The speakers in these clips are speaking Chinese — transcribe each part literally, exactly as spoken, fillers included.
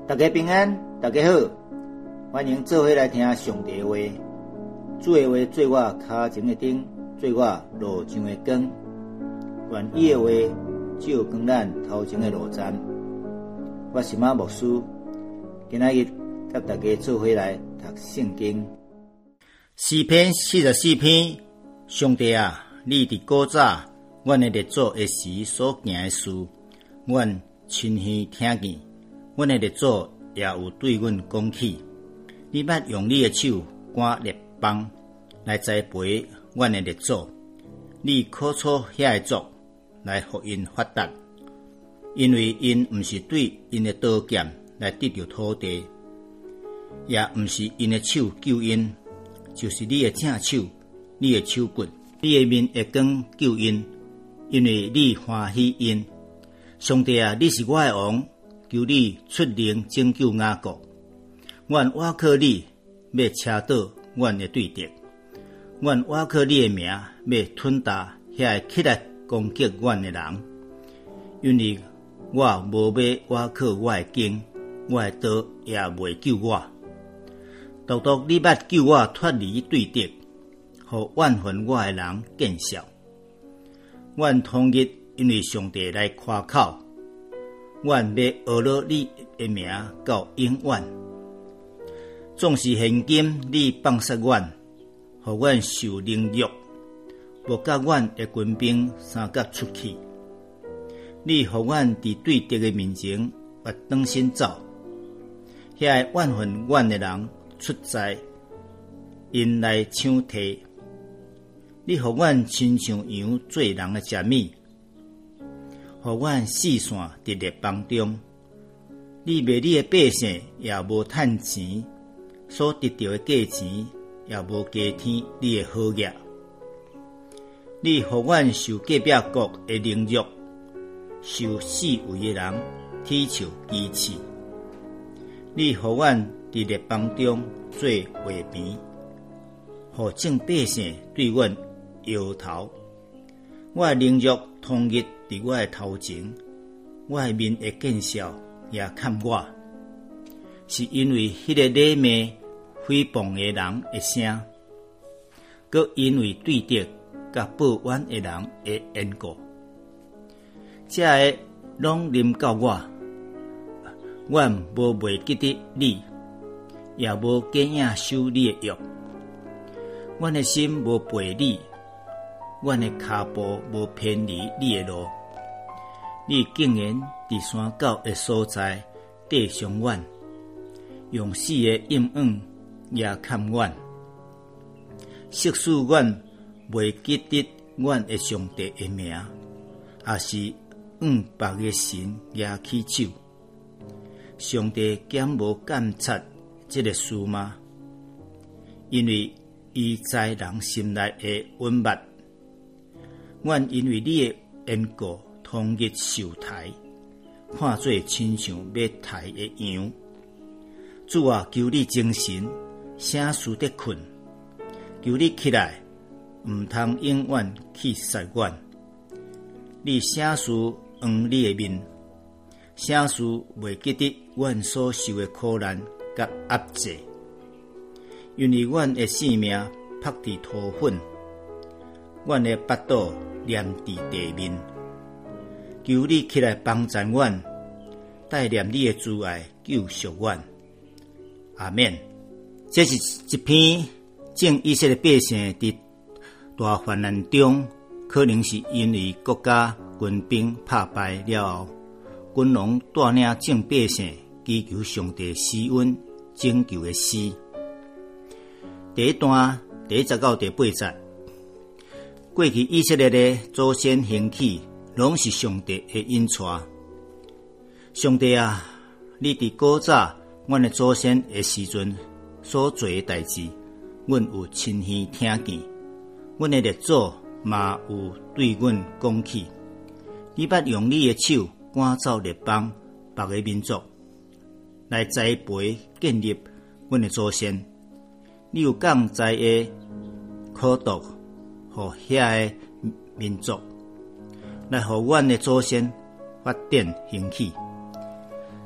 大家平安，大家好，欢迎做伙来听上帝的话。主的话做我脚前的灯，做我路上的光。愿伊的话照光咱头前的路站。我是马牧师，今仔日甲大家做伙来读圣经。诗篇四十四篇，上帝啊，你伫古早阮的列祖的时所行的事，阮亲耳听见。阮的列祖也有对阮讲起，你捌用你的手赶列邦来栽培阮的列祖，你苦楚遐个族来互因发达，因为因毋是对因的刀剑来得到土地，也毋是因的手救因，就是你的正手，你的手骨，你的面会光救因，因为你欢喜因。上帝啊，你是我的王。求你出灵拯救雅各，阮倚靠你，要车倒阮的对敌；阮倚靠你的名，要吞踏遐个起来攻击阮的人。因为我无要倚靠我的剑，我的刀也袂救我。独独你捌救我脱离对敌，互怨恨我的人见笑。阮通日因为上帝来夸口。阮要学了你的名到永远，纵是现今你放杀阮，互阮受凌辱，无甲阮的军兵三甲出去。你互阮伫对敌的面前拔转身走，遐个怨恨阮的人出在因来抢摕。你互阮亲像羊做人的食米。互阮四散伫列邦中，你卖你的百姓也无趁钱，所得到的价钱也无加添你的好业。你互阮受隔壁国的凌辱，受四围的人踢笑讥刺。你互阮伫列邦中做画边，互众百姓对阮摇头。我的凌辱通日伫我的头前，我的面会见笑，也看我，是因为迄个礼骂诽谤的人的声，搁因为对敌甲报怨的人的缘故，这个拢临到我。阮无袂记得你，也无假影守你的约。阮的心无背你。阮的脚步无偏离你的路，你竟然伫山沟的所在缀上阮，用死的阴影也看阮，实使阮袂记得阮的上帝的名，也是用别个神也起手。上帝减无监察这个事吗？因为伊知人心内的温密。阮因为你的缘故，通日受抬，看做亲像要抬的羊。主啊，求你精神，啥事得困？求你起来，毋通永远去杀阮。你啥事黄你的面？啥事袂记得阮所受的苦难甲压制？因为阮的性命拍伫土粉。阮的巴肚连伫地面，求你起来帮助阮，带念你的慈爱救赎阮。阿免。这是一篇正以色列百姓伫大患难中，可能是因为国家军兵打败了后，君王带领众百姓祈求上帝施恩拯救的诗。第一段第一节到第八节。过去以色列的祖先兴起，拢是上帝的恩赐。上帝啊，你伫古早阮的祖先的时阵所做的代志，阮有亲耳听见。阮的列祖嘛有对阮讲起。你捌用你的手赶走列邦别个民族，来栽培建立阮的祖先。你有降灾的苦毒。互遐个民族，来互阮的祖先发展兴起。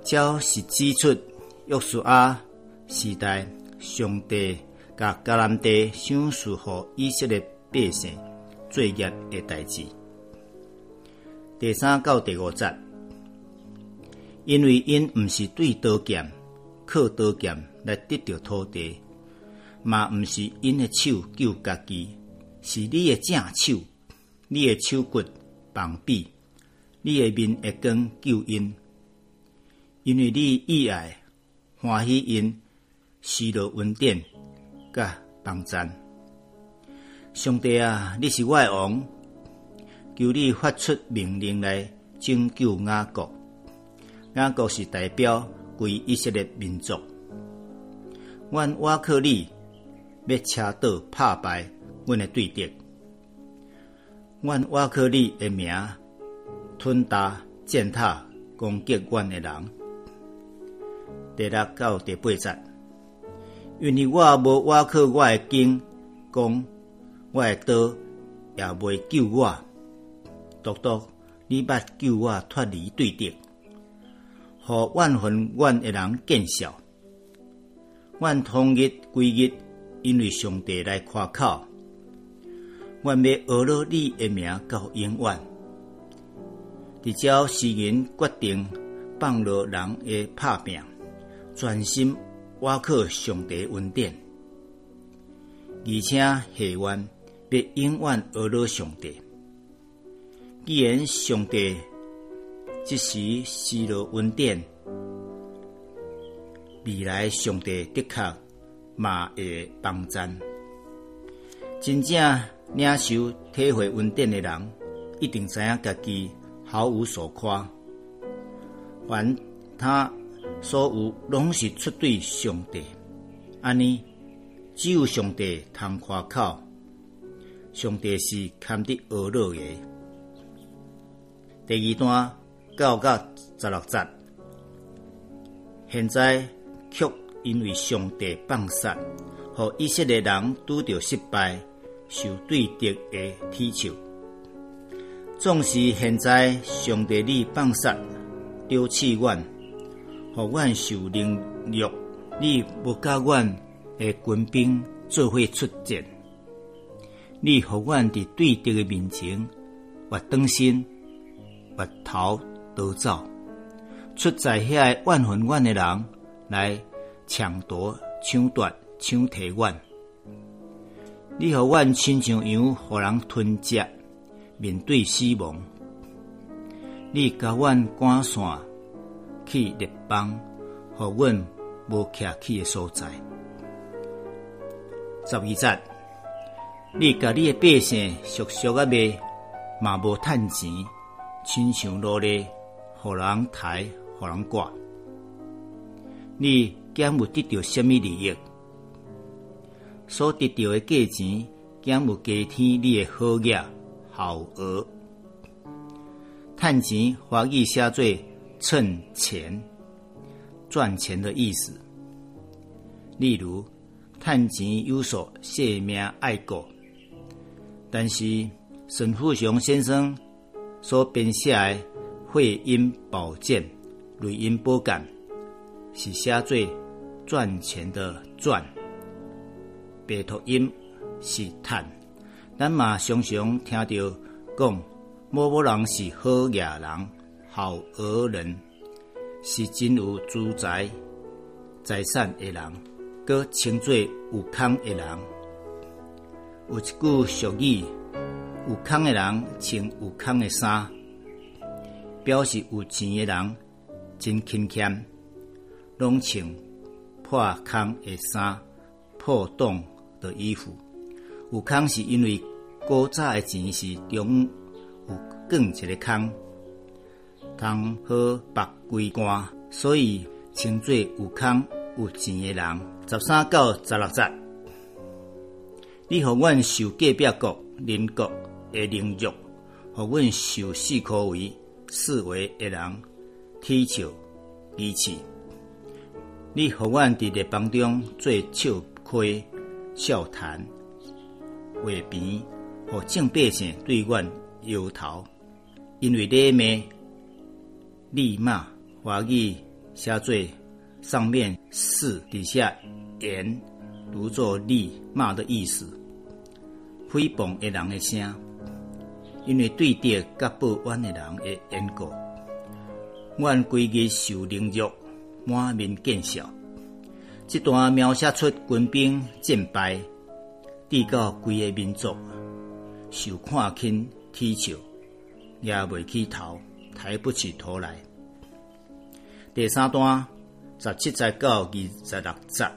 照是指出约书亚时代上帝甲迦南地赏赐予以色列百姓作业的代志。第三到第五节，因为因毋是对刀剑靠刀剑来得到土地，嘛毋是因的手救家己，是你的正手，你的手骨膀臂，你的面会光救因，因为你意爱欢喜因施落恩典甲帮赞。上帝啊，你是我的王，求你发出命令来拯救雅各。雅各是代表归以色列民族。阮倚靠你，要车倒拍败阮的对敌。阮倚靠你的名，吞踏践踏攻击阮的人。第六到第八节，因为我无倚靠我的弓弓，我的刀也袂救我。独独你捌救我脱离对敌，互怨恨阮的人见笑。阮通日归日，因为上帝来夸口。阮要学了你的名到永远。直照诗人决定放落人的拍拼，专心倚靠上帝恩典，而且下愿要永远学了上帝。既然上帝即时施落恩典，未来上帝的确嘛会帮赞。真正领受体会恩典的人，一定知影家己毫无所夸，凡他所有拢是出对上帝。安尼，只有上帝通夸口，上帝是堪得学乐的。第二段九到十六节，现在却因为上帝放杀，互以色列人拄着失败，受对敌的踢球。总是现在上帝你放杀，丢弃阮，互阮受凌辱，你无甲阮的军兵做伙出战，你互阮伫对敌的面前挖转身。拔头逃走，出在遐个怨恨阮的人来抢夺、抢夺、抢摕阮。你互阮亲像羊，互人吞食，面对死亡。你甲阮赶线去列邦，互阮无徛起的所在。十二节，你甲你的百姓俗俗啊卖，嘛无趁钱。亲像奴隶，互人抬，互人挂。你减有得到什么利益？所得到的价钱，减有加添你的好业、好额。趁钱华语写做趁钱，赚钱的意思。例如，趁钱有所性命爱国，但是沈富雄先生所编写的会阴宝剑、瑞阴宝剑，是写做赚钱的赚，白读音是趁。咱嘛常常听到讲，某某人是好野人、好讹人，是真有资财、财产的人，搁称作有空的人。有一句俗语，有空的人穿有空的衫，表示有钱的人真勤俭，拢穿破空的衫、破洞的衣服。有空是因为古早的钱是中有卷一个空，通好白规干，所以称作有空有钱的人。十三到十六节，你互阮受隔壁国、邻国的凌辱，互阮受四科围、四围的人踢笑、遗弃。你互阮伫列邦中做笑亏、笑谈、画鼻，互众百姓对阮摇头。因为礼骂、立骂、华语写做上面是，底下言，读作骂骂的意思。诽谤的人的声，因为对敌甲报怨的人的缘故，阮规日受凌辱，满面见笑。这段描写出军兵战败，致到规个民族受看轻踢笑，也未起头，抬不起头来。第三段十七节到二十六节，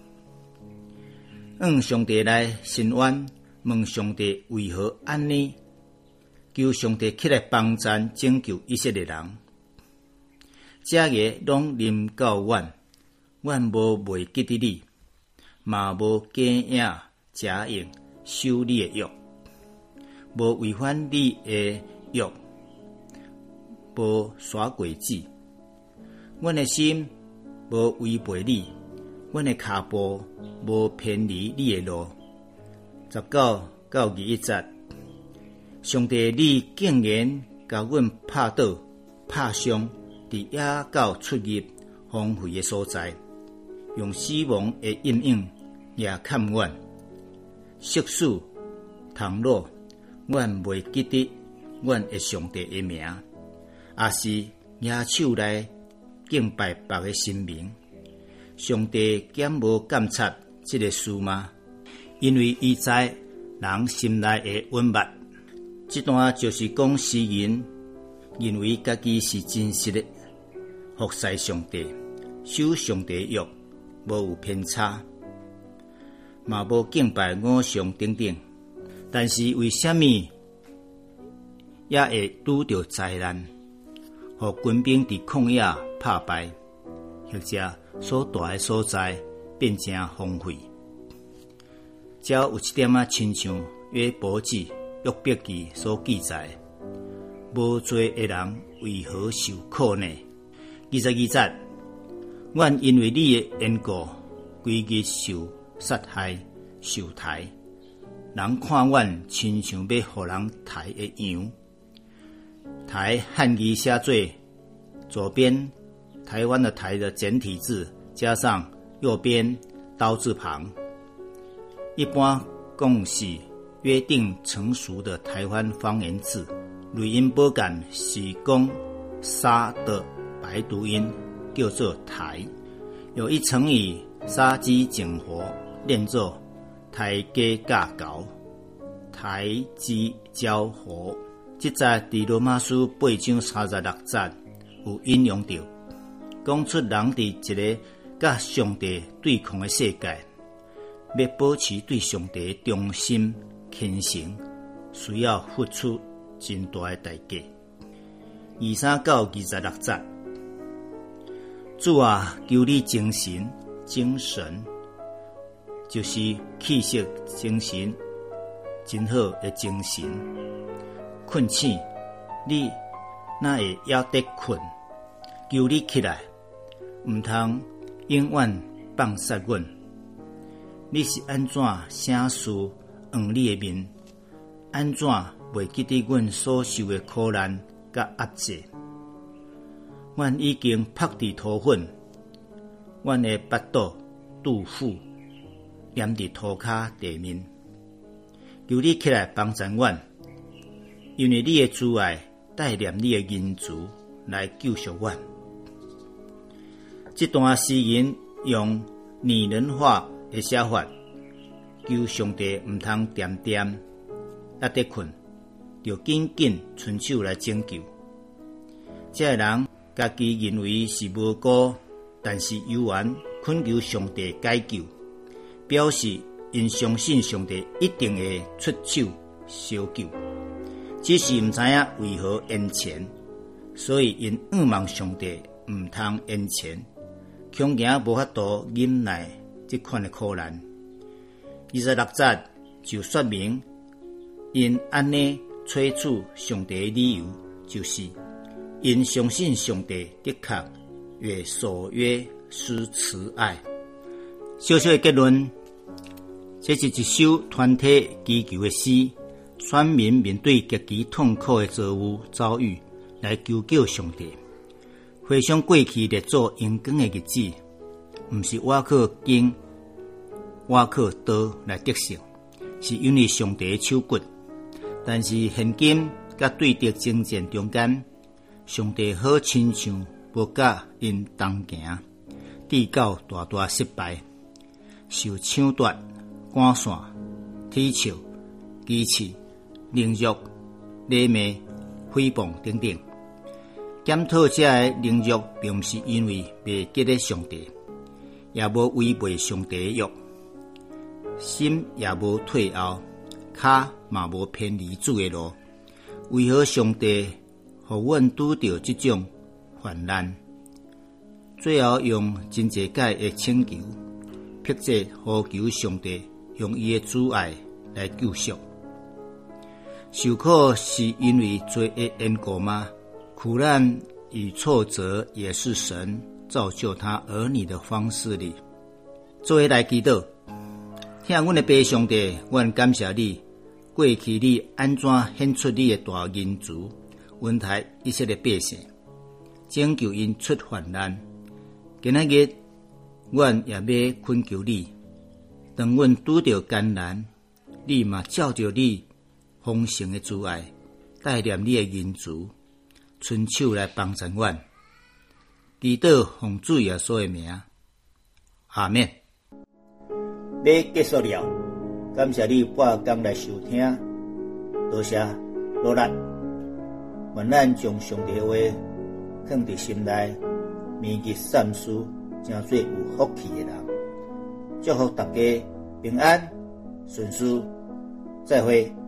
向上帝来申冤，问上帝为何安尼，求上帝起来帮咱拯救以色列人。这个拢临到阮，阮无袂记得你，嘛无假影假应守你的约，无违反你的约，无耍诡计。阮的心无违背你，阮的脚步无偏离你的路。十九到二十一节，上帝，你竟然甲阮拍倒、拍伤，伫野狗出入荒废的所在，用死亡的阴影也看阮。色死倘若阮袂记得阮的上帝的名，也是野手来敬拜别个神明，上帝减无监察这个事吗？因为伊知人心内的温密。这段就是讲诗人认为家己是真实的服侍上帝，守上帝约，无有偏差，嘛无敬拜偶像等等。但是为什么也会拄到灾难，互军兵伫旷野拍败，或者所住的所在变成荒废？只有一点仔亲像约伯记、约伯记所记载，无做的人为何受苦呢？二十二节，阮因为你的缘故，规日受杀害、受抬，人看阮亲像要互人抬的羊。抬汉语写作左边台湾的台的简体字，加上右边刀字旁，一般共是约定成熟的台湾方言字。瑞音波感是讲杀的白读音，叫做台。有一成语杀鸡儆猴，念作台鸡架高，台鸡交猴。这在伫罗马书八章三十六节有引用到，讲出人伫一个甲上帝对抗的世界，要保持对上帝的忠心虔诚，需要付出真大的代价。二三到二十六节，主啊，求你精神，精神就是气色精神，真好的精神。困醒，你哪会还得困？求你起来，唔通永远放杀阮。你是安怎声事黄你的面？安怎袂记得阮所受的苦难甲压制？阮已经拍伫土粉，阮的腹肚肚腹淹伫涂骹地面。求你起来帮助阮。因为你的慈爱带念你的恩慈来救赎阮。这段诗人用拟人化的写法，求上帝唔通点点压得困，就紧紧伸手来拯救。这个人家己认为是无辜，但是犹原恳求上帝解救，表示因相信上帝一定会出手相救。只是唔知影为何延前，所以因仰望上帝唔通延前，恐惊无法度忍耐这款的苦难。二十六节就说明，因安尼催促上帝的理由，就是因相信上帝的确越守约施慈爱。小小的结论，这是一首团体祈求的诗。选民面对家己痛苦的遭遇遭遇，来求救上帝。 回想过去列祖荣光的日子，毋是我靠经、我靠刀来得胜，是因为上帝的手骨。但是现今甲对敌征战中间，上帝好亲像无甲因同行，致到大大失败，受抢夺、赶线、踢笑、讥刺、凌辱、赉骂、诽谤等等。检讨这个凌辱，并不是因为未记得上帝，也无违背上帝的约，心也无退后，脚嘛无偏离主的路。为何上帝互阮拄到这种患难？最后用真济解的请求，迫切呼求上帝用伊的主爱来救赎。受苦是因为罪的缘故吗？苦难与挫折也是神造就他儿女的方式里。作为来祈祷，听阮的爸上帝，阮感谢你，过去你安怎显出你的大恩慈，恩待一切的百姓，拯救因出患难。今仔日，阮也要恳求你，当阮拄到艰难，你嘛照着你丰盛的慈爱，带念你的恩慈，伸手来帮助阮。祈祷奉主耶稣的名，阿们。要结束了，感谢你半工来收听，多谢努力。愿咱将上帝的话放伫心内，铭记善思，成做有福气的人。祝福大家平安顺遂，再会。